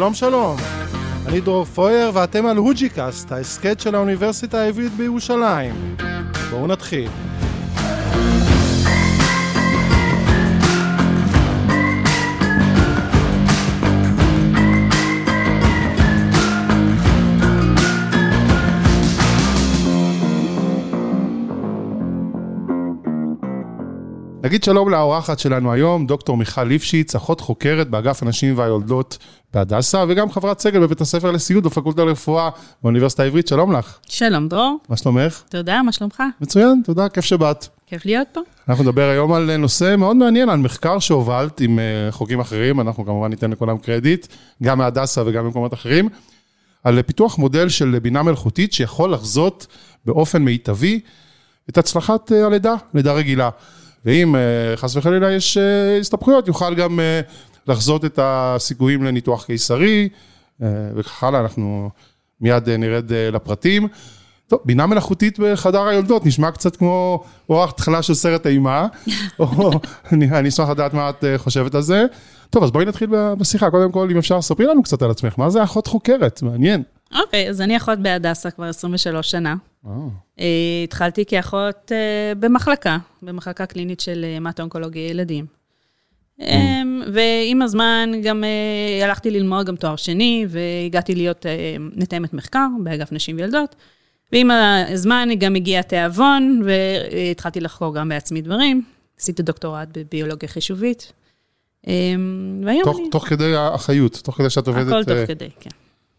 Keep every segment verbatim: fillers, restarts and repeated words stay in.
שלום שלום, אני דרור פויר ואתם על הוג'יקאסט, ההסקט של האוניברסיטה העברית בירושלים. בואו נתחיל. נגיד שלום לאורחת שלנו היום, דוקטור מיכל ליפשיץ, אחות חוקרת באגף הנשים והיולדות בהדסה, וגם חברת סגל בבית הספר לסיעוד בפקולטה לרפואה באוניברסיטה העברית. שלום לך. שלום דרור. מה שלומך? תודה, מה שלומך? מצוין, תודה, כיף שבאת. כיף להיות פה. אנחנו נדבר היום על נושא מאוד מעניין, על מחקר שהובלת עם חוקרים אחרים, אנחנו כמובן ניתן לכולם קרדיט, גם מהדסה וגם במקומות אחרים, על פיתוח מודל של בינה מלאכותית שיכול לחזות באופן מיטבי את הצלחת הלידה, לידה רגילה. ואם חס וחלילה יש הסתבכויות, יוכל גם לחזות את הסיכויים לניתוח קיסרי, וכך הלאה, אנחנו מיד נרד לפרטים. טוב, בינה מלאכותית בחדר היולדות, נשמע קצת כמו אורח תחלה של סרט אימה, אני אשמח לדעת מה את חושבת על זה. טוב, אז בואי נתחיל בשיחה, קודם כל, אם אפשר, ספרי לנו קצת על עצמך, מה זה אחות חוקרת? מעניין. אוקיי, אז אני אחות בהדסה כבר עשרים ושלוש שנה. התחלתי כאחות במחלקה, במחלקה קלינית של המטו-אונקולוגיה ילדים. ועם הזמן גם הלכתי ללמוד גם תואר שני, והגעתי להיות נתאמת מחקר באגף נשים וילדות. ועם הזמן גם הגיע תיאבון, והתחלתי לחקור גם בעצמי דברים. עשיתי דוקטורט בביולוגיה חישובית. תוך כדי האחיות, תוך כדי שאת עובדת... הכל תוך כדי, כן.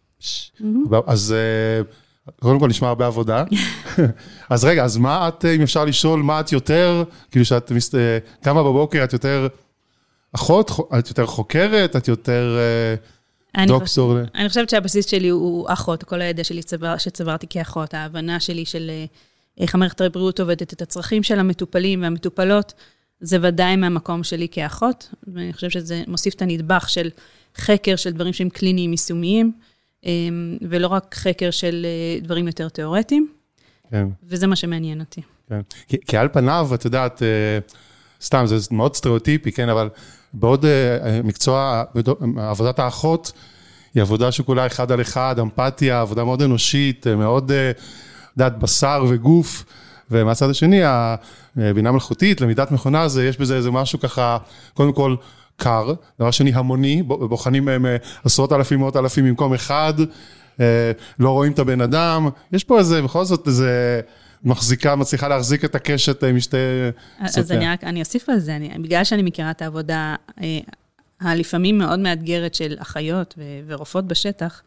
אז קודם כל נשמע הרבה עבודה. אז רגע, אז מה את, אם אפשר לשאול, מה את יותר, כאילו שאת קמה בבוקר, את יותר אחות, את יותר חוקרת, את יותר דוקטור? אני חושבת שהבסיס שלי הוא אחות, כל הידע שלי שצברתי כאחות, ההבנה שלי של איך המערכת הבריאות עובדת את הצרכים של המטופלים והמטופלות, זה ודאי מהמקום שלי כאחות, ואני חושבת שזה מוסיף את הנדבך של חקר של דברים שהם קליניים יישומיים, ולא רק חקר של דברים יותר תיאורטיים, כן. וזה מה שמעניין אותי. כן. כי, כי על פניו, את יודעת, סתם, זה מאוד סטריאוטיפי, כן, אבל בעוד מקצוע, עבודת האחות, היא עבודה שכולה אחד על אחד, אמפתיה, עבודה מאוד אנושית, מאוד, יודעת, בשר וגוף, ומהצד השני, הבינה מלאכותית, למידת מכונה, זה, יש בזה איזה משהו ככה, קודם כל, קר, דבר שני המוני, בוחנים מהם עשרות אלפים, מאות אלפים במקום אחד, לא רואים את הבן אדם, יש פה איזה, בכל זאת איזה מחזיקה, מצליחה להחזיק את הקשת משתי... אז אני רק, אני אוסיף על זה, אני, בגלל שאני מכירה את העבודה, הלפעמים מאוד מאתגרת של אחיות ורופאות בשטח,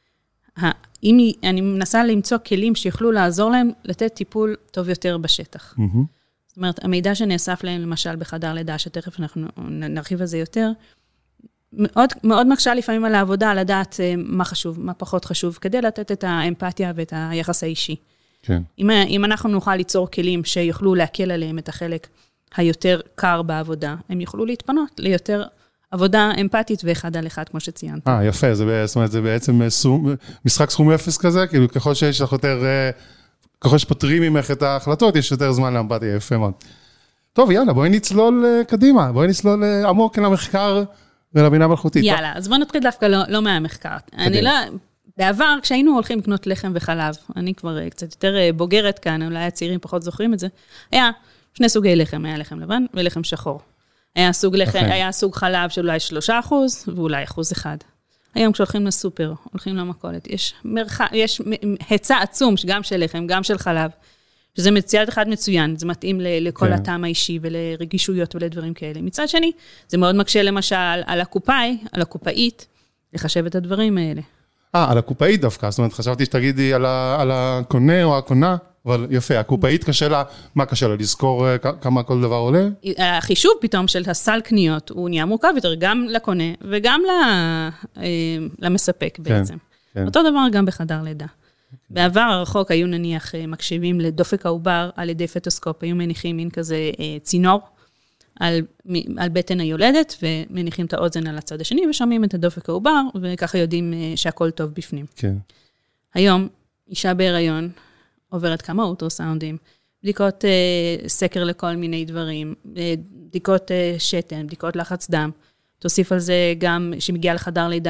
אם אני מנסה למצוא כלים שיוכלו לעזור להם לתת טיפול טוב יותר בשטח. זאת אומרת, המידע שנאסף להם, למשל, בחדר לידה, שתכף אנחנו נרחיב על זה יותר, מאוד, מאוד מקשה לפעמים על העבודה, לדעת מה חשוב, מה פחות חשוב, כדי לתת את האמפתיה ואת היחס האישי. כן. אם, אם אנחנו נוכל ליצור כלים שיוכלו להקל עליהם את החלק היותר קר בעבודה, הם יוכלו להתפנות ליותר עבודה אמפתית ואחד על אחד, כמו שציינת. אה, יפה, זה, זאת אומרת, זה בעצם סום, משחק סכום אפס כזה, כאילו ככל שיש לך יותר... ככל שפותרים ממך את ההחלטות, יש יותר זמן לאמפתיה, יפה מאוד. טוב, יאללה, בואי נצלול קדימה, בואי נצלול עמוק למחקר ולבינה מלאכותית. יאללה, אז בואי נתחיל דווקא לא, לא מהמחקר. אני לא, בעבר, כשהיינו הולכים לקנות לחם וחלב, אני כבר קצת יותר בוגרת כאן, אולי הצעירים פחות זוכרים את זה, היה שני סוגי לחם, היה לחם לבן ולחם שחור. היה סוג לחם, היה סוג חלב של אולי שלושה אחוז, ואולי אחוז אחד. היום כשהולכים לסופר, הולכים למכולת, יש מרחק, יש היצע עצום, גם של לחם, גם של חלב, שזה מצוין אחד מצוין, זה מתאים לכל כן. הטעם האישי ולרגישויות ולדברים כאלה. מצד שני, זה מאוד מקשה למשל על הקופאי, על הקופאית, לחשב את הדברים האלה. אה, על הקופאית דווקא, זאת אומרת, חשבתי שתגידי על, ה, על הקונה או הקונה, אבל יפה, הקופאית קשה לה, מה קשה לה, לזכור כמה כל דבר עולה? החישוב פתאום של הסל קניות, הוא נהיה מורכב יותר, גם לקונה וגם למספק בעצם. כן, כן. אותו דבר גם בחדר לידה. בעבר הרחוק היו נניח מקשיבים לדופק העובר על ידי פטוסקופ, היו מניחים מין כזה צינור על, על בטן היולדת, ומניחים את האוזן על הצד השני, ושומעים את הדופק העובר, וככה יודעים שהכל טוב בפנים. כן. היום, אישה בהיריון, עוברת כמה אולטרסאונדים, בדיקות אה, סקר לכל מיני דברים, אה, בדיקות אה, שתן, בדיקות לחץ דם, תוסיף על זה גם שמגיע לחדר לידה,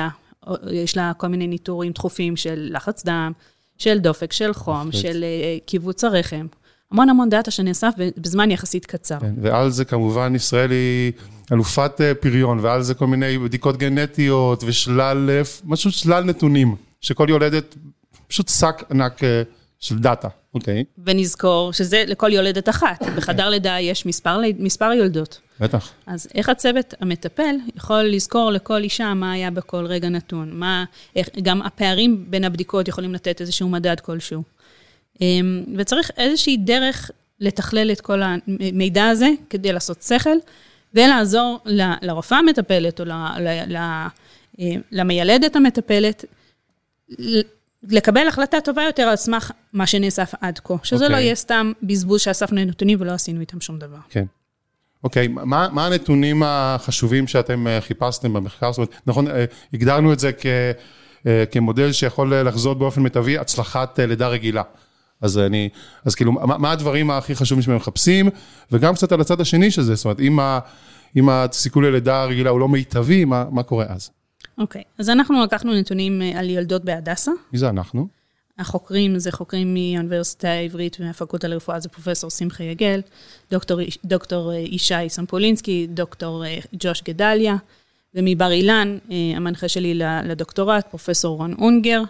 יש לה כל מיני ניטורים דחופים של לחץ דם, של דופק, של חום, של קיבוץ הרחם. המון המון דאטה שנאסף בזמן יחסית קצר. כן, ועל זה כמובן ישראל היא אלופת פריון, ועל זה כל מיני בדיקות גנטיות ושלל, משהו שלל נתונים, שכל יולדת פשוט שק ענק של דאטה, אוקיי? ונזכור שזה לכל יולדת אחת. בחדר לידה יש מספר, מספר יולדות. בטח. אז איך הצוות המטפל יכול לזכור לכל אישה מה היה בכל רגע נתון? מה, איך, גם הפערים בין הבדיקות יכולים לתת איזשהו מדד כלשהו. וצריך איזושהי דרך לתכלל את כל המידע הזה, כדי לעשות שכל, ולעזור ל, לרופאה המטפלת, או ל, ל, ל, למיילדת המטפלת, לקבל החלטה טובה יותר על סמך מה שנאסף עד כה, שזה okay. לא יהיה סתם בזבוז שאספנו נתונים ולא עשינו איתם שום דבר. כן. אוקיי, מה, מה הנתונים החשובים שאתם חיפשתם במחקר? זאת אומרת, נכון, הגדרנו את זה כ, כמודל שיכול לחזות באופן מיטבי הצלחת לידה רגילה. אז אני, אז כאילו, מה, מה הדברים הכי חשובים שהם מחפשים? וגם קצת על הצד השני של זה, זאת אומרת, אם, ה, אם הסיכוי ללידה רגילה הוא לא מיטבי, מה, מה קורה אז? אוקיי, אז אנחנו לקחנו נתונים על ילדות בהדסה. מי זה אנחנו? החוקרים זה חוקרים מהאוניברסיטה העברית והפקולטה לרפואה, זה פרופסור שמחה יגל, דוקטור, דוקטור ישי סמפולינסקי, דוקטור ג'וש גדליה, ומבר אילן, המנחה שלי לדוקטורט, פרופסור רון אונגר,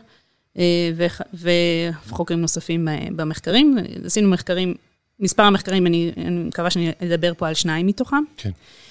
וחוקרים נוספים במחקרים. עשינו מחקרים, מספר המחקרים, אני, אני מקווה שאני אדבר פה על שניים מתוכם. כן.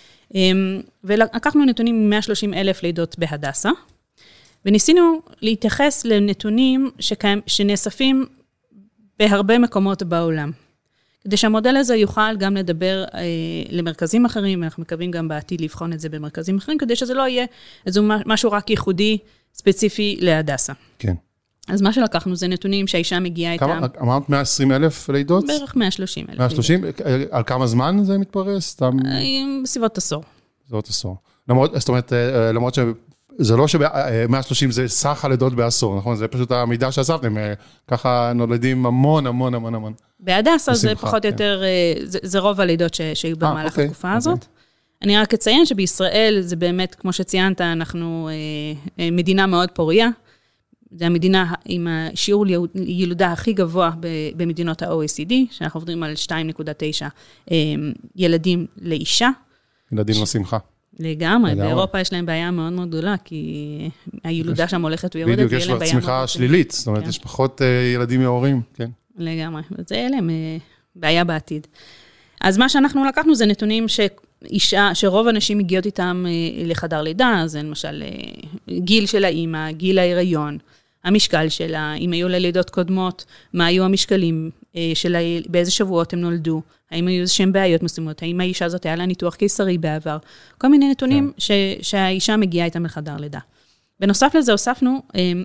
ולקחנו נתונים מ-מאה ושלושים אלף לידות בהדסה, וניסינו להתייחס לנתונים שקיים, שנאספים בהרבה מקומות בעולם. כדי שהמודל הזה יוכל גם לדבר אה, למרכזים אחרים, אנחנו מקווים גם בעתיד לבחון את זה במרכזים אחרים, כדי שזה לא יהיה איזה משהו רק ייחודי, ספציפי להדסה. כן. אז מה שלקחנו זה נתונים שהאישה מגיעה איתם. אמרת מאה ועשרים אלף לידות? בערך מאה ושלושים אלף. מאה ושלושים? על כמה זמן זה מתפרס? בסביבות עשור. בסביבות עשור. למרות, זאת אומרת, למרות שזה לא ש-מאה ושלושים זה סך הלידות בעשור, נכון? זה פשוט המידע שאספתם, ככה נולדים המון, המון, המון, המון. בהדסה זה פחות או יותר, זה רוב הלידות שהיו במהלך התקופה הזאת. אני רק אציין שבישראל זה באמת, כמו שציינת, אנחנו מדינה מאוד פוריה, זה המדינה עם השיעור ילודה הכי גבוה במדינות ה-או אי סי די, שאנחנו עובדים על שתיים נקודה תשע ילדים לאישה. ילדים לשמחה. לגמרי, באירופה יש להם בעיה מאוד מאוד גדולה, כי הילודה שם הולכת ויורדת. בדיוק, יש לה צמיחה שלילית, זאת אומרת, יש פחות ילדים מהורים, כן. לגמרי, וזה יהיה להם בעיה בעתיד. אז מה שאנחנו לקחנו זה נתונים שאישה, שרוב האנשים הגיעות איתם לחדר לידה, זה למשל גיל של האמא, גיל ההיריון, המשקל שלה, אם היו ללידות קודמות, מה היו המשקלים שלה, באיזה שבועות הם נולדו, האם היו איזשהם בעיות מסוימות, האם האישה הזאת היה לה ניתוח קיסרי בעבר, כל מיני נתונים ש, שהאישה מגיעה איתם לחדר לידה. בנוסף לזה הוספנו,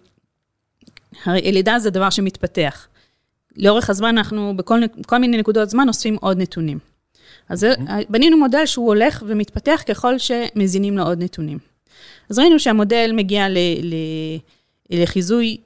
הרי לידה זה דבר שמתפתח. לאורך הזמן אנחנו בכל כל מיני נקודות זמן אוספים עוד נתונים. אז בנינו מודל שהוא הולך ומתפתח ככל שמזינים לו עוד נתונים. אז ראינו שהמודל מגיע ל, ל, לחיזוי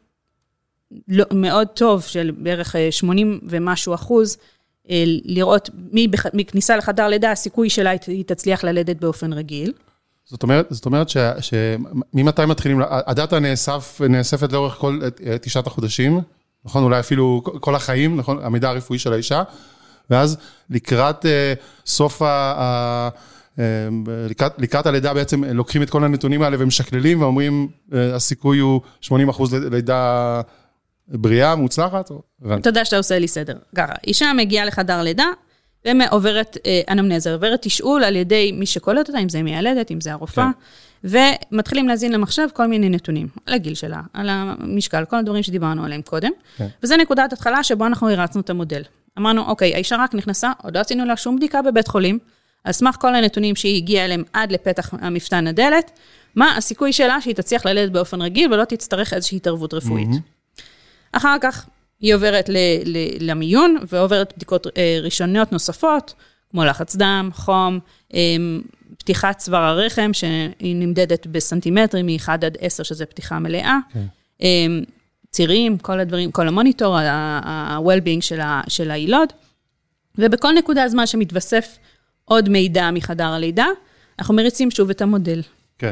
מאוד טוב של בערך שמונים ומשהו אחוז, לראות מכניסה לחדר לידה, הסיכוי שלה היא תצליח ללדת באופן רגיל. זאת אומרת, זאת אומרת שממתי מתחילים, הדאטה נאסף, נאספת לאורך כל תשעת החודשים, נכון? אולי אפילו כל החיים, נכון? המידע הרפואי של האישה, ואז לקראת סוף ה... לקראת, לקראת הלידה בעצם לוקחים את כל הנתונים האלה ומשקללים ואומרים, הסיכוי הוא שמונים אחוז לידה בריאה, מוצלחת? אתה יודע שאתה עושה לי סדר. ככה, אישה מגיעה לחדר לידה, ועוברת אנמנזה, עוברת תשאול על ידי מי שקולט אותה, אם זה מיילדת, אם זה הרופאה, ומתחילים להזין למחשב כל מיני נתונים, על הגיל שלה, על המשקל, כל הדברים שדיברנו עליהם קודם, וזה נקודת התחלה שבו אנחנו הרצנו את המודל. אמרנו, אוקיי, האישה רק נכנסה, עוד לא עשינו לה שום בדיקה בבית חולים, על סמך כל הנתונים שהיא הגיעה אליהם עד לפתח המפתן הדלת, מה הסיכוי שלה שהיא תצליח ללדת באופן רגיל, ולא תצטרך איזושהי התערבות רפואית. אחר כך היא עוברת ל- ל- למיון, ועוברת בדיקות ראשוניות נוספות, כמו לחץ דם, חום, פתיחת צוואר הרחם, שהיא נמדדת בסנטימטרים, מ-אחד עד עשר, שזה פתיחה מלאה, okay. צירים, כל הדברים, כל המוניטור, ה-well-being של, ה- של הילוד, ובכל נקודה הזמן שמתווסף עוד מידע מחדר הלידה, אנחנו מריצים שוב את המודל. כן.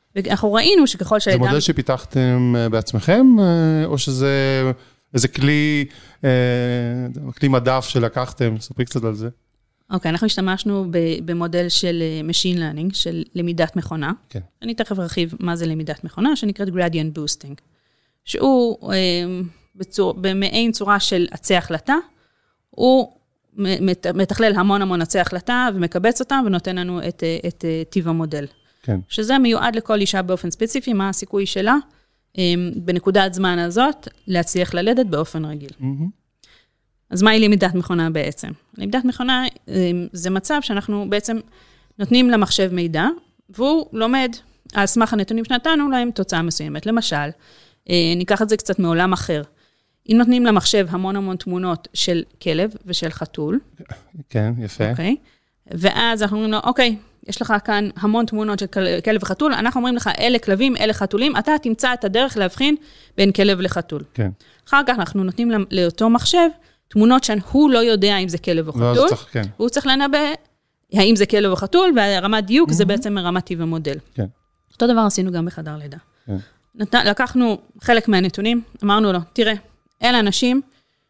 ואנחנו ראינו שככל שהאדם... זה מודל שפיתחתם בעצמכם, או שזה איזה כלי, כלי מדף שלקחתם? ספרי קצת על זה. אוקיי, אנחנו השתמשנו במודל של Machine Learning, של למידת מכונה. כן. אני תכף ארחיב מה זה למידת מכונה, שנקראת Gradient Boosting, שהוא בצור, במעין צורה של עצי החלטה, הוא מתכלל המון המון עצי החלטה, ומקבץ אותם, ונותן לנו את, את טיב המודל. כן. שזה מיועד לכל אישה באופן ספציפי, מה הסיכוי שלה, בנקודת זמן הזאת, להצליח ללדת באופן רגיל. Mm-hmm. אז מהי למידת מכונה בעצם? למידת מכונה זה מצב שאנחנו בעצם נותנים למחשב מידע, והוא לומד על סמך הנתונים שנתנו להם תוצאה מסוימת. למשל, ניקח את זה קצת מעולם אחר. אם נותנים למחשב המון המון תמונות של כלב ושל חתול. כן, יפה. אוקיי. ואז אנחנו אומרים לו, אוקיי, יש לך כאן המון תמונות של כלב וחתול, אנחנו אומרים לך, אלה כלבים, אלה חתולים, אתה תמצא את הדרך להבחין בין כלב לחתול. כן. אחר כך אנחנו נותנים לאותו מחשב, תמונות שהוא לא יודע אם זה כלב או חתול, לא, צריך, כן. הוא צריך לנבא האם זה כלב או חתול, והרמת דיוק mm-hmm. זה בעצם מרמת טיב המודל. כן. אותו דבר עשינו גם בחדר לידה. כן. נת... לקחנו חלק מהנתונים, אמרנו לו, תראה, אלה אנשים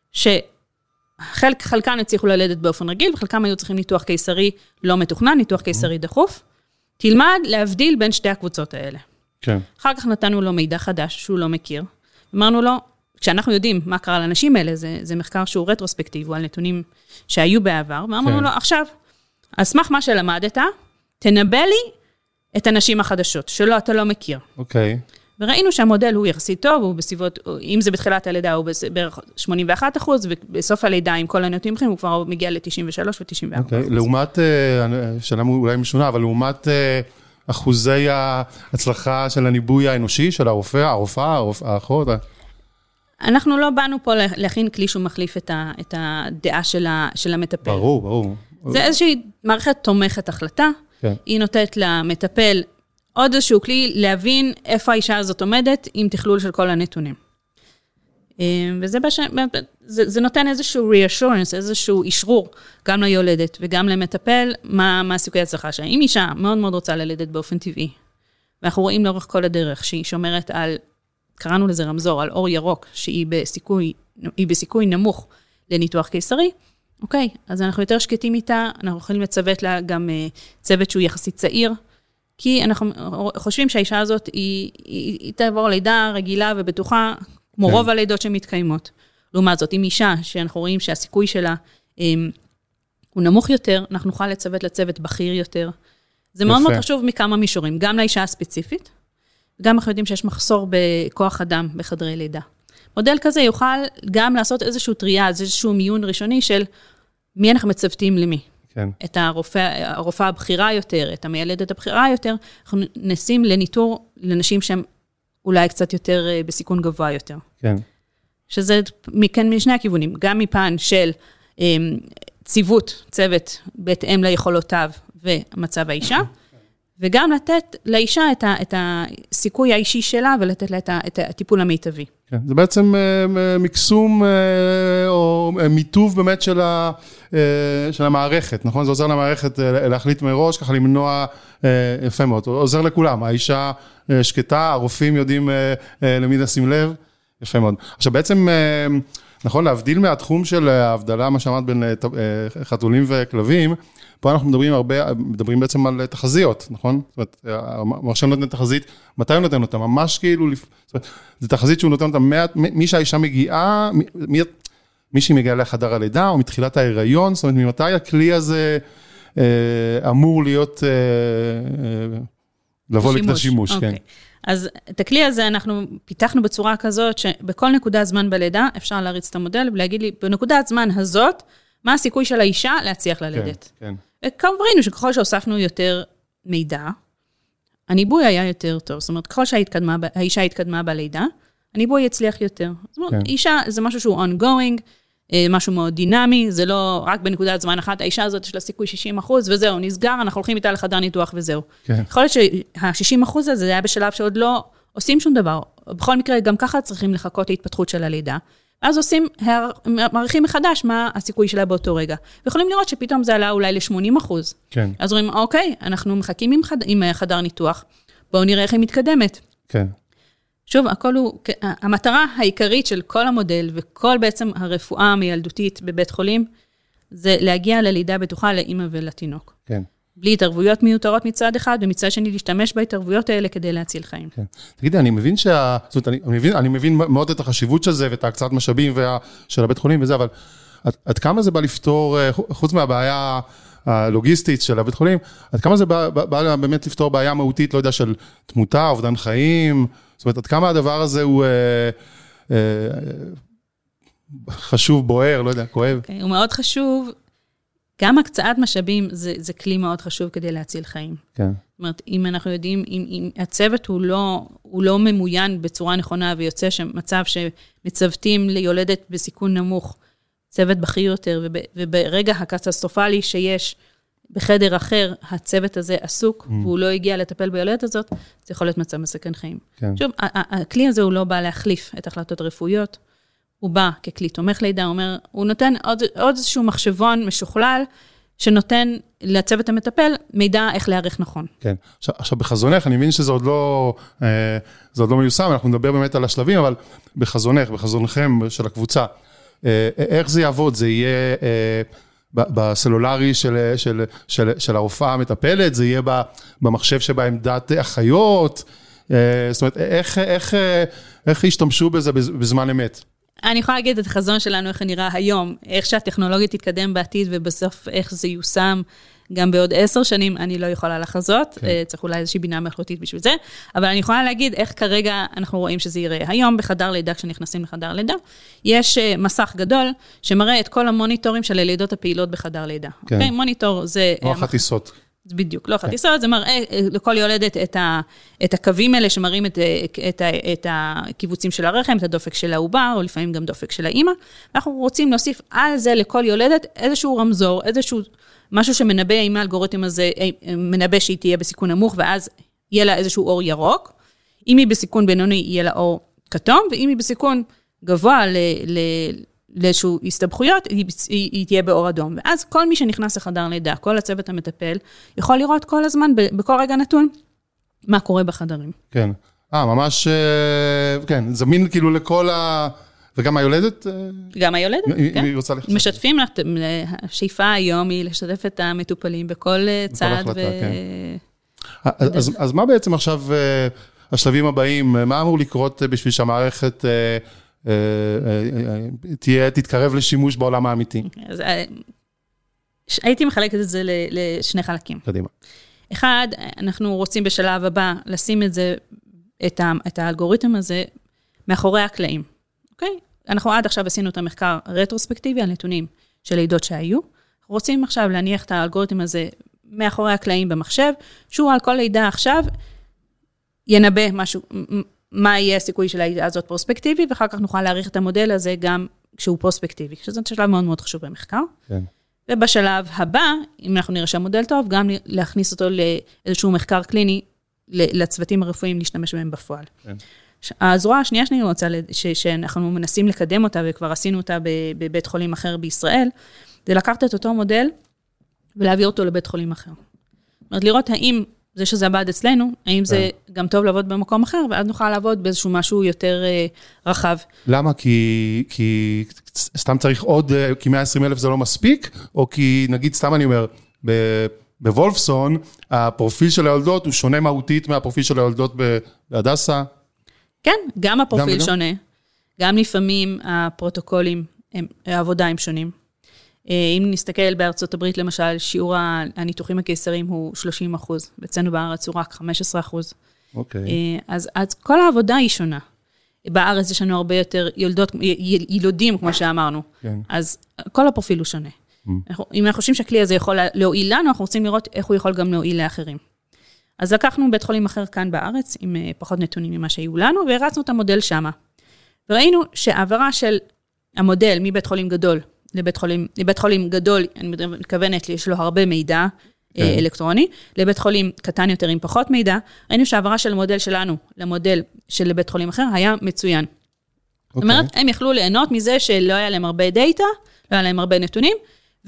שחלק, חלקם הצליחו ללדת באופן רגיל, וחלקם היו צריכים ניתוח קיסרי לא מתוכנן, ניתוח קיסרי mm-hmm. דחוף, תלמד להבדיל בין שתי הקבוצות האלה. כן. אחר כך נתנו לו מידע חדש שהוא לא מכיר, אמרנו לו, כשאנחנו יודעים מה קרה לאנשים האלה, זה, זה מחקר שהוא רטרוספקטיבי, על נתונים שהיו בעבר, ואמרנו כן. לו, עכשיו, על סמך מה שלמדת, תנבא לי את הנשים החדשות, שלא אתה לא מכיר. אוקיי. וראינו שהמודל הוא יחסית טוב, הוא בסביבות, אם זה בתחילת הלידה, הוא בערך שמונים ואחד אחוז, ובסוף הלידה, עם כל הנתונים אחרים, הוא כבר מגיע ל-תשעים ושלוש ו-תשעים וארבע אחוז. אוקיי, לעומת, שאלה אולי משונה, אבל לעומת אחוזי ההצלחה של הניבוי האנושי, של הרופא, הרופאה, האחות, אנחנו לא באנו פה להכין כלי שהוא מחליף את, ה, את הדעה של, ה, של המטפל. ברור, ברור. זה איזושהי מערכת תומכת החלטה, כן. היא נותנת למטפל עוד איזשהו כלי להבין איפה האישה הזאת עומדת עם תכלול של כל הנתונים. וזה בש... זה, זה נותן איזשהו reassurance, איזשהו אישרור, גם ליולדת וגם למטפל, מה, מה הסיכוי הצלחה שלה. אם אישה מאוד מאוד רוצה ללדת באופן טבעי, ואנחנו רואים לאורך כל הדרך שהיא שומרת על קראנו לזה רמזור, על אור ירוק, שהיא בסיכוי, היא בסיכוי נמוך לניתוח קיסרי, אוקיי, אז אנחנו יותר שקטים איתה, אנחנו יכולים לצוות לה גם צוות שהוא יחסית צעיר, כי אנחנו חושבים שהאישה הזאת, היא, היא, היא תעבור לידה רגילה ובטוחה, כמו כן. רוב הלידות שמתקיימות. לעומת זאת, עם אישה שאנחנו רואים שהסיכוי שלה הם, הוא נמוך יותר, אנחנו נוכל לצוות לצוות בכיר יותר. זה יפה. מאוד מאוד חשוב מכמה מישורים, גם לאישה הספציפית, גם אנחנו יודעים שיש מחסור בכוח אדם בחדרי לידה. מודל כזה יוכל גם לעשות איזשהו טריאז, איזשהו מיון ראשוני של מי אנחנו מצוותים למי. כן. את הרופא, הרופאה הבכירה יותר, את המיילדת הבכירה יותר, אנחנו נשים לניטור לנשים שהן אולי קצת יותר בסיכון גבוה יותר. כן. שזה מכן משני הכיוונים, גם מפן של ציוות, צוות, בהתאם ליכולותיו ומצב האישה, וגם לתת לאישה את, ה, את הסיכוי האישי שלה, ולתת לה את, ה, את הטיפול המיטבי. כן, זה בעצם מקסום או מיטוב באמת של, ה, של המערכת, נכון? זה עוזר למערכת להחליט מראש, ככה למנוע יפה מאוד, עוזר לכולם, האישה שקטה, הרופאים יודעים למי לשים לב, יפה מאוד. עכשיו בעצם, נכון, להבדיל מהתחום של ההבדלה, מה שאמרת בין חתולים וכלבים, פה אנחנו מדברים הרבה, מדברים בעצם על תחזיות, נכון? זאת אומרת, המחשב נותן תחזית, מתי הוא נותן אותה? ממש כאילו, זאת אומרת, זה תחזית שהוא נותן אותה, מי שהאישה מגיעה, מי, מי שהיא מגיעה לחדר הלידה, או מתחילת ההיריון, זאת אומרת, ממתי הכלי הזה אה, אמור להיות, אה, אה, לבוא לכדי שימוש, אוקיי. כן. אז את הכלי הזה אנחנו פיתחנו בצורה כזאת, שבכל נקודת זמן בלידה אפשר להריץ את המודל, ולהגיד לי, בנקודת זמן הזאת, מה הסיכוי של האישה להצליח ללדת. כן, כן. וכבר ראינו שככל שהוספנו יותר מידע, הניבוי היה יותר טוב. זאת אומרת, ככל שהאישה התקדמה בלידה, הניבוי יצליח יותר. זאת אומרת, כן. אישה זה משהו שהוא ongoing, משהו מאוד דינמי, זה לא רק בנקודת זמן אחת, האישה הזאת יש לה סיכוי שישים אחוז, וזהו, נסגר, אנחנו הולכים איתה לחדר ניתוח וזהו. כן. יכול להיות שה-שישים אחוז הזה, זה היה בשלב שעוד לא עושים שום דבר. בכל מקרה, גם ככה צריכים לחכות להתפתחות של הלידה. אז עושים, מעריכים מחדש מה הסיכוי שלה באותו רגע. ויכולים לראות שפתאום זה עלה אולי ל-שמונים אחוז. כן. אז אומרים, אוקיי, אנחנו מחכים עם, חד, עם חדר ניתוח, בואו נראה איך היא מתקדמת. כן. שוב, הכל הוא, המטרה העיקרית של כל המודל, וכל בעצם הרפואה המילדותית בבית חולים, זה להגיע ללידה בטוחה לאמא ולתינוק. כן. בלי התערבויות מיותרות מצד אחד, ומצד שני להשתמש בהתערבויות האלה כדי להציל חיים. כן. תגידי, אני מבין שה... זאת אומרת, אני מבין, אני מבין מאוד את החשיבות של זה, ואת ההקצאת משאבים וה... של הבית חולים וזה, אבל עד, עד כמה זה בא לפתור, חוץ מהבעיה הלוגיסטית של הבית חולים, עד כמה זה בא, בא, בא באמת לפתור בעיה מהותית, לא יודע, של תמותה, אובדן חיים, זאת אומרת, עד כמה הדבר הזה הוא אה, אה, חשוב, בוער, לא יודע, כואב. Okay, הוא מאוד חשוב, גם הקצאת משאבים זה, זה כלי מאוד חשוב כדי להציל חיים. כן. זאת אומרת, אם אנחנו יודעים, אם, אם הצוות הוא לא, הוא לא ממוין בצורה נכונה, ויוצא שמצב שמצוותים ליולדת בסיכון נמוך, צוות בכיר יותר, וב, וברגע הקטסטרופלי שיש בחדר אחר, הצוות הזה עסוק, mm. והוא לא הגיע לטפל ביולדת הזאת, זה יכול להיות מצב מסכן חיים. כן. שוב, הכלי הזה הוא לא בא להחליף את החלטות הרפואיות, הוא בא ככלי תומך לידה, הוא אומר, הוא נותן עוד, עוד איזשהו מחשבון משוכלל, שנותן לצוות המטפל מידע איך להעריך נכון. כן. עכשיו, עכשיו בחזונך, אני מבין שזה עוד לא, אה, זה עוד לא מיושם, אנחנו נדבר באמת על השלבים, אבל בחזונך, בחזונכם של הקבוצה, אה, איך זה יעבוד? זה יהיה אה, בסלולרי של, של, של, של הרופאה המטפלת, זה יהיה במחשב שבעמדת אחיות, אה, זאת אומרת, איך, איך, איך ישתמשו בזה בזמן אמת? אני יכולה להגיד את החזון שלנו, איך נראה היום, איך שהטכנולוגיה תתקדם בעתיד, ובסוף איך זה יושם גם בעוד עשר שנים, אני לא יכולה לחזות, כן. צריך אולי איזושהי בינה מלאכותית בשביל זה, אבל אני יכולה להגיד איך כרגע אנחנו רואים שזה יראה. היום בחדר לידה, כשנכנסים לחדר לידה, יש מסך גדול שמראה את כל המוניטורים של הלידות הפעילות בחדר לידה. כן. אוקיי? מוניטור זה... או החטיסות. בדיוק, לא חטיסות, זה מראה לכל יולדת את, ה, את הקווים האלה שמראים את, את, את הקיבוצים של הרחם, את הדופק של העובר, או לפעמים גם דופק של האמא. אנחנו רוצים להוסיף על זה לכל יולדת איזשהו רמזור, איזשהו משהו שמנבא עם האלגוריתם הזה, מנבא שהיא תהיה בסיכון נמוך, ואז יהיה לה איזשהו אור ירוק. אם היא בסיכון בינוני, יהיה לה אור כתום, ואם היא בסיכון גבוה ל... ל לאיזשהו הסתבכויות, היא, היא, היא תהיה באור אדום. ואז כל מי שנכנס לחדר לידה, כל הצוות המטפל, יכול לראות כל הזמן, בכל רגע נתון, מה קורה בחדרים. כן. אה, ממש, כן, זמין כאילו לכל ה... וגם היולדת? גם היולדת, כן. היא רוצה לחשוף. משתפים, השאיפה היום היא לשתף את המטופלים בכל צעד. בכל החלטה, כן. אז, אז מה בעצם עכשיו השלבים הבאים? מה אמור לקרות בשביל שהמערכת... תהיה, תתקרב לשימוש בעולם האמיתי. אז הייתי מחלקת את זה לשני חלקים. קדימה. אחד, אנחנו רוצים בשלב הבא לשים את זה, את האלגוריתם הזה, מאחורי הקלעים. אוקיי? אנחנו עד עכשיו עשינו את המחקר רטרוספקטיבי על נתונים של לידות שהיו. אנחנו רוצים עכשיו להניח את האלגוריתם הזה מאחורי הקלעים במחשב, שהוא על כל לידה עכשיו ינבא משהו, מה יהיה הסיכוי של הלידה הזאת פרוספקטיבי, ואחר כך נוכל להעריך את המודל הזה גם כשהוא פרוספקטיבי, שזה שלב מאוד מאוד חשוב במחקר. כן. ובשלב הבא, אם אנחנו נראה שהמודל טוב, גם להכניס אותו לאיזשהו מחקר קליני, לצוותים הרפואיים להשתמש בהם בפועל. כן. הזרוע השנייה שאני רוצה, שאנחנו מנסים לקדם אותה, וכבר עשינו אותה בבית חולים אחר בישראל, זה לקחת את אותו מודל, ולהעביר אותו לבית חולים אחר. זאת אומרת, לראות האם זה שזה עבד אצלנו, האם זה גם טוב לעבוד במקום אחר, ואז נוכל לעבוד באיזשהו משהו יותר רחב. למה? כי, כי סתם צריך עוד, כי מאה ועשרים אלף זה לא מספיק, או כי נגיד, סתם אני אומר, בוולפסון, הפרופיל של היולדות הוא שונה מהותית מהפרופיל של היולדות בהדסה? כן, גם הפרופיל שונה. גם לפעמים הפרוטוקולים, העבודה הם שונים. אם נסתכל בארצות הברית, למשל, שיעור הניתוחים הקיסריים הוא שלושים אחוז, אצלנו בארץ הוא רק חמישה עשר אחוז. אוקיי. אז, אז כל העבודה היא שונה. בארץ יש לנו הרבה יותר יולדות, ילודים, כמו שאמרנו. כן. אז כל הפרופיל הוא שונה. Mm. אם אנחנו חושבים שהכלי הזה יכול להועיל לנו, אנחנו רוצים לראות איך הוא יכול גם להועיל לאחרים. אז לקחנו בית חולים אחר כאן בארץ, עם פחות נתונים ממה שהיו לנו, והרצנו את המודל שמה. וראינו שהעברה של המודל מבית חולים גדול, לבית חולים, לבית חולים גדול, אני מתכוונת, יש לו הרבה מידע כן. אלקטרוני, לבית חולים קטן יותר עם פחות מידע, ראינו שהעברה של המודל שלנו למודל של בית חולים אחר היה מצוין. זאת אומרת, הם יכלו ליהנות מזה שלא היה להם הרבה דאטה, לא היה להם הרבה נתונים,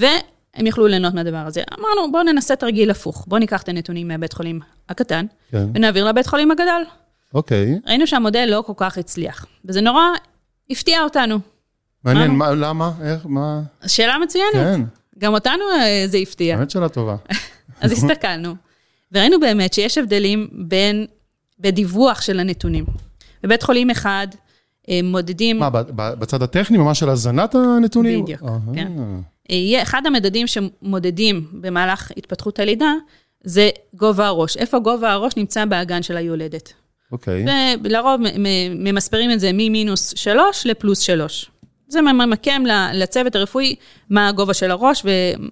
הם יכלו ליהנות מהדבר הזה. אמרנו, בואו ננסה תרגיל הפוך. בואו ניקח את הנתונים מהבית חולים הקטן, כן. ונעביר לבית חולים הגדל. אוקיי. ראינו שהמודל לא כל כך הצליח, וזה נורא הפתיע אותנו. מעניין, מה, למה? איך, מה? שאלה מצוינת. כן. גם אותנו זה הפתיע. באמת שאלה טובה. אז הסתכלנו, וראינו באמת שיש הבדלים בין, בדיווח של הנתונים. בבית חולים אחד, מודדים... מה, בצד הטכני, ממש של הזנת הנתונים? בדיוק, כן. אחד המדדים שמודדים במהלך התפתחות הלידה, זה גובה הראש. איפה גובה הראש נמצא באגן של היולדת. אוקיי. ולרוב ממספרים את זה ממינוס שלוש לפלוס שלוש. זה ממקם לצוות הרפואי מה הגובה של הראש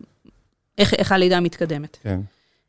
ואיך הלידה מתקדמת. כן.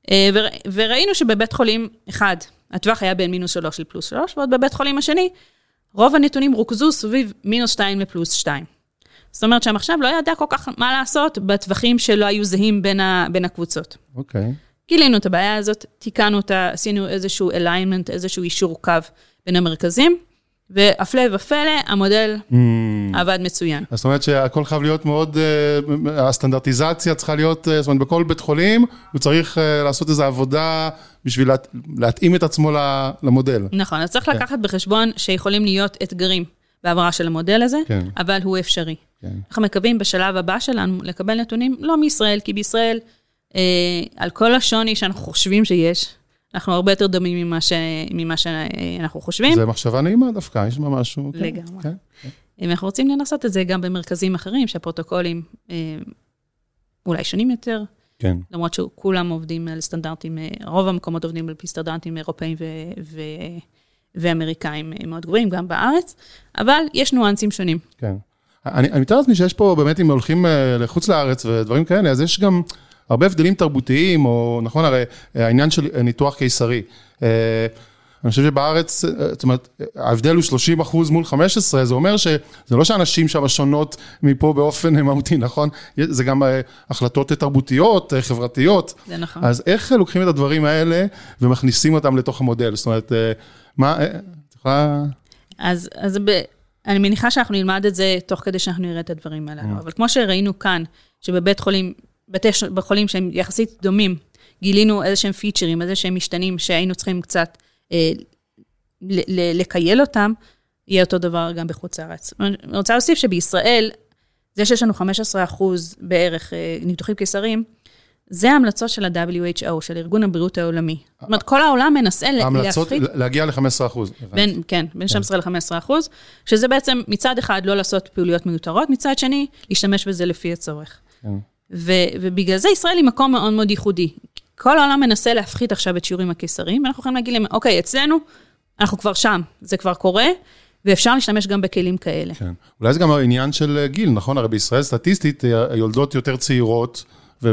וראינו שבבית חולים אחד, הטווח היה בין מינוס שלוש לפלוס שלוש, ועוד בבית חולים השני, רוב הנתונים רוכזו סביב מינוס שתיים לפלוס שתיים. זאת אומרת שהמחשב לא ידע כל כך מה לעשות בטווחים שלא היו זהים בין, ה, בין הקבוצות. אוקיי. גילינו את הבעיה הזאת, תיקנו אותה, עשינו איזשהו alignment, איזשהו אישור קו בין המרכזים, והפלא ופלא, המודל mm. עבד מצוין. זאת אומרת שהכל חייב להיות מאוד, uh, הסטנדרטיזציה צריכה להיות, uh, זאת אומרת, בכל בית חולים, הוא צריך uh, לעשות איזו עבודה בשביל לה, להתאים את עצמו למודל. נכון, אז צריך כן. לקחת בחשבון שיכולים להיות אתגרים בעברה של המודל הזה, כן. אבל הוא אפשרי. כן. אנחנו מקווים בשלב הבא שלנו לקבל נתונים, לא מישראל, כי בישראל, אה, על כל השוני שאנחנו חושבים שיש, אנחנו הרבה יותר דומים ממה, ש... ממה שאנחנו חושבים. זה מחשבה נעימה דווקא, יש מה משהו. לגמרי. כן, כן. אנחנו רוצים לנסות את זה גם במרכזים אחרים, שהפרוטוקולים אה, אולי שונים יותר, כן. למרות שכולם עובדים על סטנדרטים, רוב המקומות עובדים על פי סטנדרטים אירופאים ו... ו... ואמריקאים מאוד גבוהים, גם בארץ, אבל יש ניואנסים שונים. כן. אני, אני מתאר לעצמי שיש פה, באמת, אם הולכים לחוץ לארץ ודברים כאלה, אז יש גם הרבה הבדלים תרבותיים, או נכון, הרי העניין של ניתוח קיסרי. אני חושב שבארץ, זאת אומרת, ההבדל הוא שלושים אחוז מול חמש עשרה, זה אומר שזה לא שאנשים שם שונות מפה באופן מהותי, נכון? זה גם החלטות תרבותיות, חברתיות. זה נכון. אז איך לוקחים את הדברים האלה ומכניסים אותם לתוך המודל? זאת אומרת, מה, צריכה... אז, אז ב... אני מניחה שאנחנו נלמד את זה תוך כדי שאנחנו נראה את הדברים הללו, אבל כמו שראינו כאן, שבבית חולים, בתי חולים שהם יחסית דומים, גילינו איזה שהם פיצ'רים, איזה שהם משתנים שהיינו צריכים קצת אה, לקייל אותם, יהיה אותו דבר גם בחוץ הארץ. אני רוצה להוסיף שבישראל, זה שיש לנו חמישה עשר אחוז בערך אה, ניתוחים קיסריים, זה ההמלצות של ה-דאבליו אייץ' או, של ארגון הבריאות העולמי. זאת אומרת, כל העולם מנסה להפחית... ההמלצות להגיע ל-חמישה עשר אחוז. בין, כן, בין שתים עשרה ל-חמישה עשר אחוז, שזה בעצם מצד אחד לא לעשות פעוליות מיותרות, מצד שני, להשתמש בזה לפי הצורך. כן. ובגלל זה ישראל היא מקום מאוד מאוד ייחודי. כל העולם מנסה להפחית עכשיו את שיעורים הקיסריים, ואנחנו יכולים להגיד להם, אוקיי, אצלנו, אנחנו כבר שם, זה כבר קורה, ואפשר להשתמש גם בכלים כאלה. כן. אולי זה גם העניין של גיל, נכון? הרי בישראל סטטיסטית, היולדות יותר צעירות,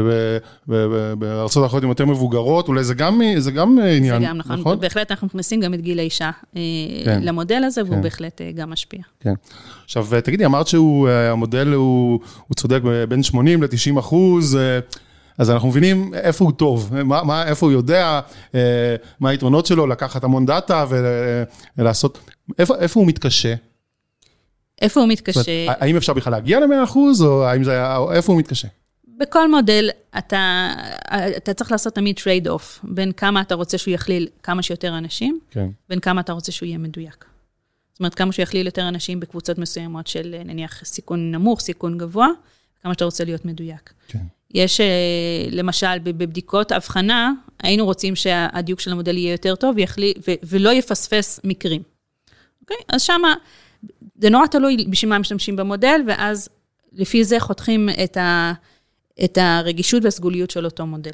ובארצות האחרות הן יותר מבוגרות, אולי זה גם, זה גם עניין, זה גם נכון, נכון? בהחלט אנחנו מכניסים גם את גיל האישה כן. למודל הזה, והוא כן. בהחלט גם משפיע. כן. עכשיו, תגידי, אמרת שהמודל הוא, הוא צודק בין שמונים ל-תשעים אחוז, אז אנחנו מבינים איפה הוא טוב, מה, מה, איפה הוא יודע, מה היתרונות שלו, לקחת המון דאטה ולעשות, איפה, איפה הוא מתקשה? איפה הוא מתקשה? אומרת, האם אפשר בכלל להגיע ל-מאה אחוז, או האם זה, או איפה הוא מתקשה? בכל מודל, אתה, אתה צריך לעשות תמיד טרייד אוף, בין כמה אתה רוצה שהוא יכליל כמה שיותר אנשים, כן. בין כמה אתה רוצה שהוא יהיה מדויק. זאת אומרת, כמה שהוא יכליל יותר אנשים בקבוצות מסוימות של נניח סיכון נמוך, סיכון גבוה, כמה שאתה רוצה להיות מדויק. כן. יש, למשל, בבדיקות הבחנה, היינו רוצים שהדיוק של המודל יהיה יותר טוב, ויכליל, ו- ולא יפספס מקרים. אוקיי? אז שמה, זה נורא תלוי בשביל מה משתמשים במודל, ואז לפי זה חותכים את ה... את הרגישות והסגוליות של אותו מודל.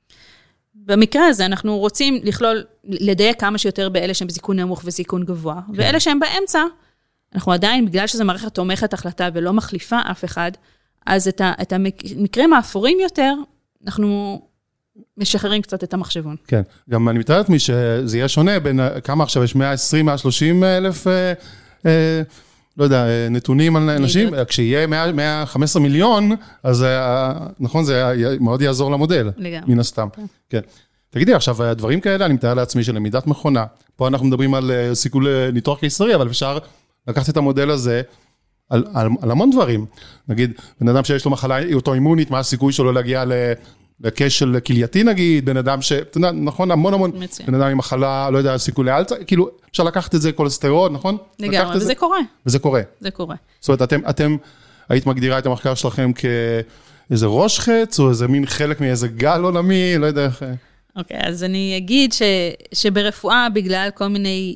במקרה הזה אנחנו רוצים לכלול, לדייק כמה שיותר באלה שהם בסיכון נמוך וסיכון גבוה, כן. ואלה שהם באמצע, אנחנו עדיין, בגלל שזו מערכת תומכת החלטה ולא מחליפה אף אחד, אז את, ה, את המקרים האפורים יותר, אנחנו משחררים קצת את המחשבון. כן, גם אני מתארת מי שזה יהיה שונה בין כמה עכשיו יש מאה ועשרים, מאה ושלושים אלף... אה, אה, לא יודע, נתונים על אנשים, כשיהיה מאה וחמש עשרה מיליון, אז נכון, זה מאוד יעזור למודל, מן הסתם. כן. תגידי, עכשיו, הדברים כאלה, אני מתאר לעצמי של למידת מכונה, פה אנחנו מדברים על סיכול ניתוח קיסרי, אבל אפשר לקחת את המודל הזה, על, על, על המון דברים. נגיד, בן אדם שיש לו מחלה אוטואימונית, מה הסיכוי שלו להגיע לכשל כלייתי נגיד, בן אדם ש... נכון, המון המון, בן אדם עם מחלה, לא יודע, סיכוי לאלצה, כאילו, אפשר לקחת את זה כולסטרול, נכון? לגמרי, וזה קורה. וזה קורה. זה קורה. זאת אומרת, אתם, אתם היית מגדירה את המחקר שלכם כאיזה ראש חץ, או איזה מין חלק מאיזה גל עולמי, לא יודע איך... אוקיי, אז אני אגיד ש, שברפואה, בגלל כל מיני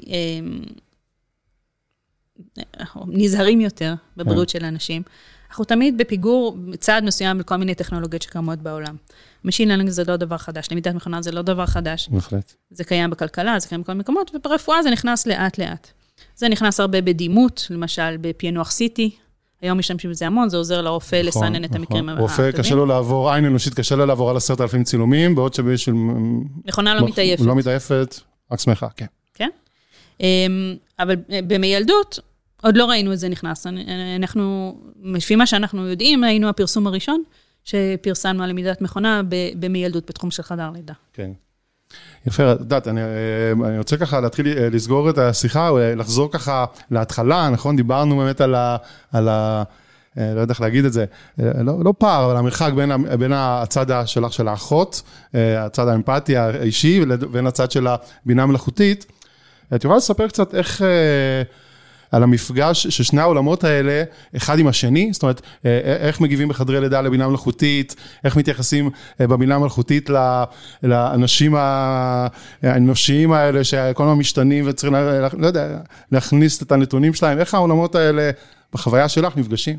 אה, נזהרים יותר בבריאות של האנשים, אנחנו תמיד בפיגור צעד מסוים בכל מיני טכנולוגיות שקיימות בעולם. Machine Learning זה לא דבר חדש, למידת מכונה זה לא דבר חדש. בהחלט. זה קיים בכלכלה, זה קיים בכל מקומות, וברפואה זה נכנס לאט לאט. זה נכנס הרבה בדימות, למשל בפענוח סי טי, היום משתמשים בזה המון, זה עוזר לרופא לסנן את המקרים הטובים. רופא קשה לו לעבור, עין אנושית קשה לו לעבור על עשרת אלפים צילומים, בעוד שבשביל... מכונה לא מתעייפת. לא מתעייפת, רק שמחה, כן. כן. אבל במיילדות, עוד לא ראינו את זה נכנס. אנחנו, לפי מה שאנחנו יודעים, היינו הפרסום הראשון, שפרסמנו על למידת מכונה במיילדות, בתחום של חדר לידה. כן. יפה, דעת, אני, אני רוצה ככה להתחיל לסגור את השיחה, לחזור ככה להתחלה, נכון? דיברנו באמת על ה... על ה לא יודע איך להגיד את זה, לא, לא פער, אבל המרחק בין, בין הצד שלך של האחות, הצד האמפתיה האישי, ובין הצד של הבינה מלאכותית. את יכולה לספר קצת איך... על המפגש של שני העולמות האלה, אחד עם השני, זאת אומרת, איך מגיבים בחדרי לידה לבינה מלאכותית, איך מתייחסים בבינה מלאכותית לאנשים האנושיים האלה, שכל הזמן משתנים וצריכים, לא יודע, להכניס את הנתונים שלהם, איך העולמות האלה בחוויה שלך נפגשים?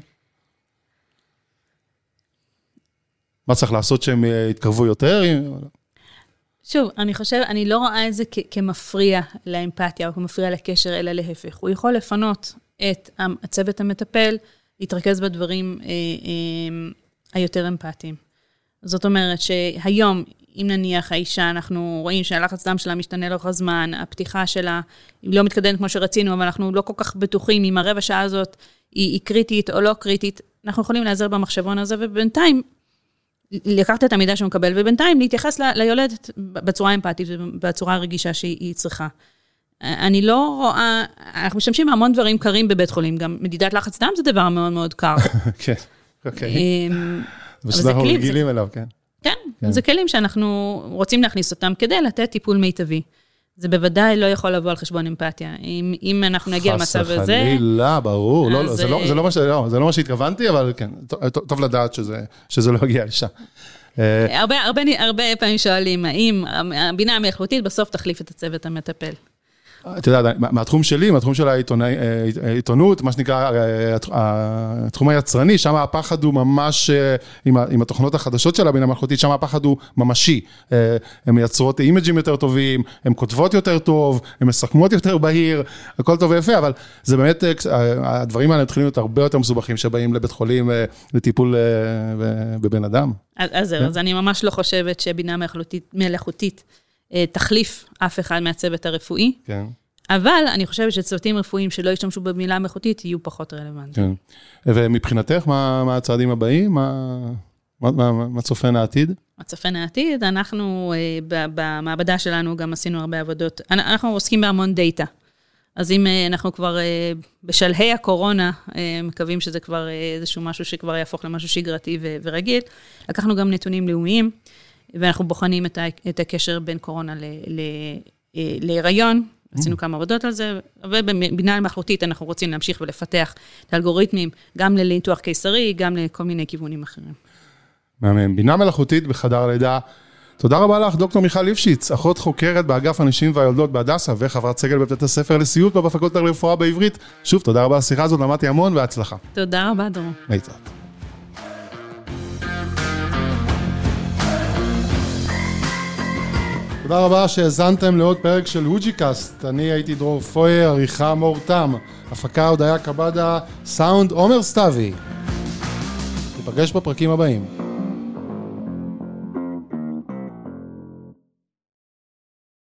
מה צריך לעשות שהם יתקרבו יותר? שוב, אני חושב, אני לא רואה את זה כ- כמפריע לאמפתיה, או כמפריע לקשר, אלא להפך. הוא יכול לפנות את הצוות המטפל, להתרכז בדברים אה, אה, היותר אמפתיים. זאת אומרת שהיום, אם נניח האישה, אנחנו רואים שהלחץ דם שלה משתנה לאורך הזמן, הפתיחה שלה היא לא מתקדמת כמו שרצינו, אבל אנחנו לא כל כך בטוחים אם הרבע שעה הזאת היא, היא קריטית או לא קריטית, אנחנו יכולים לעזר במחשבון הזה, ובינתיים, לקחת את המידע שהוא מקבל, ובינתיים להתייחס ל- ליולדת בצורה אמפתית, בצורה הרגישה שהיא צריכה. אני לא רואה, אנחנו משתמשים בהמון דברים קרים בבית חולים, גם מדידת לחץ דם זה דבר מאוד מאוד קר. כן, אוקיי. וזה כלים. רגילים אליו, כן. כן, זה כלים שאנחנו רוצים להכניס אותם כדי לתת טיפול מיטבי. זה בוודאי לא יכול לבוא על חשבון אמפתיה. אם, אם אנחנו נגיע למצב הזה... חס וחלילה, ברור. לא, זה, לא, זה, לא מה ש, לא, זה לא מה שהתכוונתי, אבל כן, טוב, טוב לדעת שזה, שזה לא יגיע לשם. הרבה, הרבה, הרבה פעמים שואלים, האם הבינה המלאכותית בסוף תחליף את הצוות המטפל? אתה יודע, מהתחום שלי, מהתחום של העיתונות, מה שנקרא, התחום היצרני, שם הפחד הוא ממש, עם התוכנות החדשות של הבינה המלאכותית, שם הפחד הוא ממשי. הן מייצרות אימג'ים יותר טובים, הן כותבות יותר טוב, הן מסכמות יותר בהיר, הכל טוב ויפה, אבל זה באמת, הדברים האלה מתחילים להיות הרבה יותר מסובכים, שבאים לבית חולים לטיפול בבן אדם. אז זהו, אז אני ממש לא חושבת שבינה מלאכותית תחליף אף אחד מהצוות הרפואי, כן. אבל אני חושבת שצוותים רפואיים שלא ישתמשו במילה מלאכותית, יהיו פחות רלוונטיים. כן. ומבחינתך, מה, מה הצעדים הבאים? מה, מה, מה, מה צופן העתיד? מה צופן העתיד? אנחנו, במעבדה שלנו גם עשינו הרבה עבודות, אנחנו עוסקים בהמון דאטה. אז אם אנחנו כבר בשלהי הקורונה, מקווים שזה כבר איזשהו משהו שכבר יהפוך למשהו שגרתי ורגיל, לקחנו גם נתונים לאומיים, ואנחנו בוחנים את הקשר בין קורונה להיריון, עשינו כמה עבודות על זה, ובבינה מלאכותית אנחנו רוצים להמשיך ולפתח את האלגוריתמים, גם לניתוח קיסרי, גם לכל מיני כיוונים אחרים. מהמם, בינה מלאכותית בחדר לידה. תודה רבה לך, דוקטור מיכל ליפשיץ, אחות חוקרת באגף הנשים והיולדות בהדסה, וחברת סגל בבית הספר לסיוט בפקולטה לרפואה בעברית. שוב, תודה רבה על השיחה הזאת, למדתי המון והצלחה. תודה רבה, דרור. להתראות. תודה רבה שהזנתם לעוד פרק של הוג'יקאסט. אני הייתי דרור פויר, עריכה מור תם, הפקה הודיה קבדה, סאונד עומר סטאבי. ניפגש בפרקים הבאים.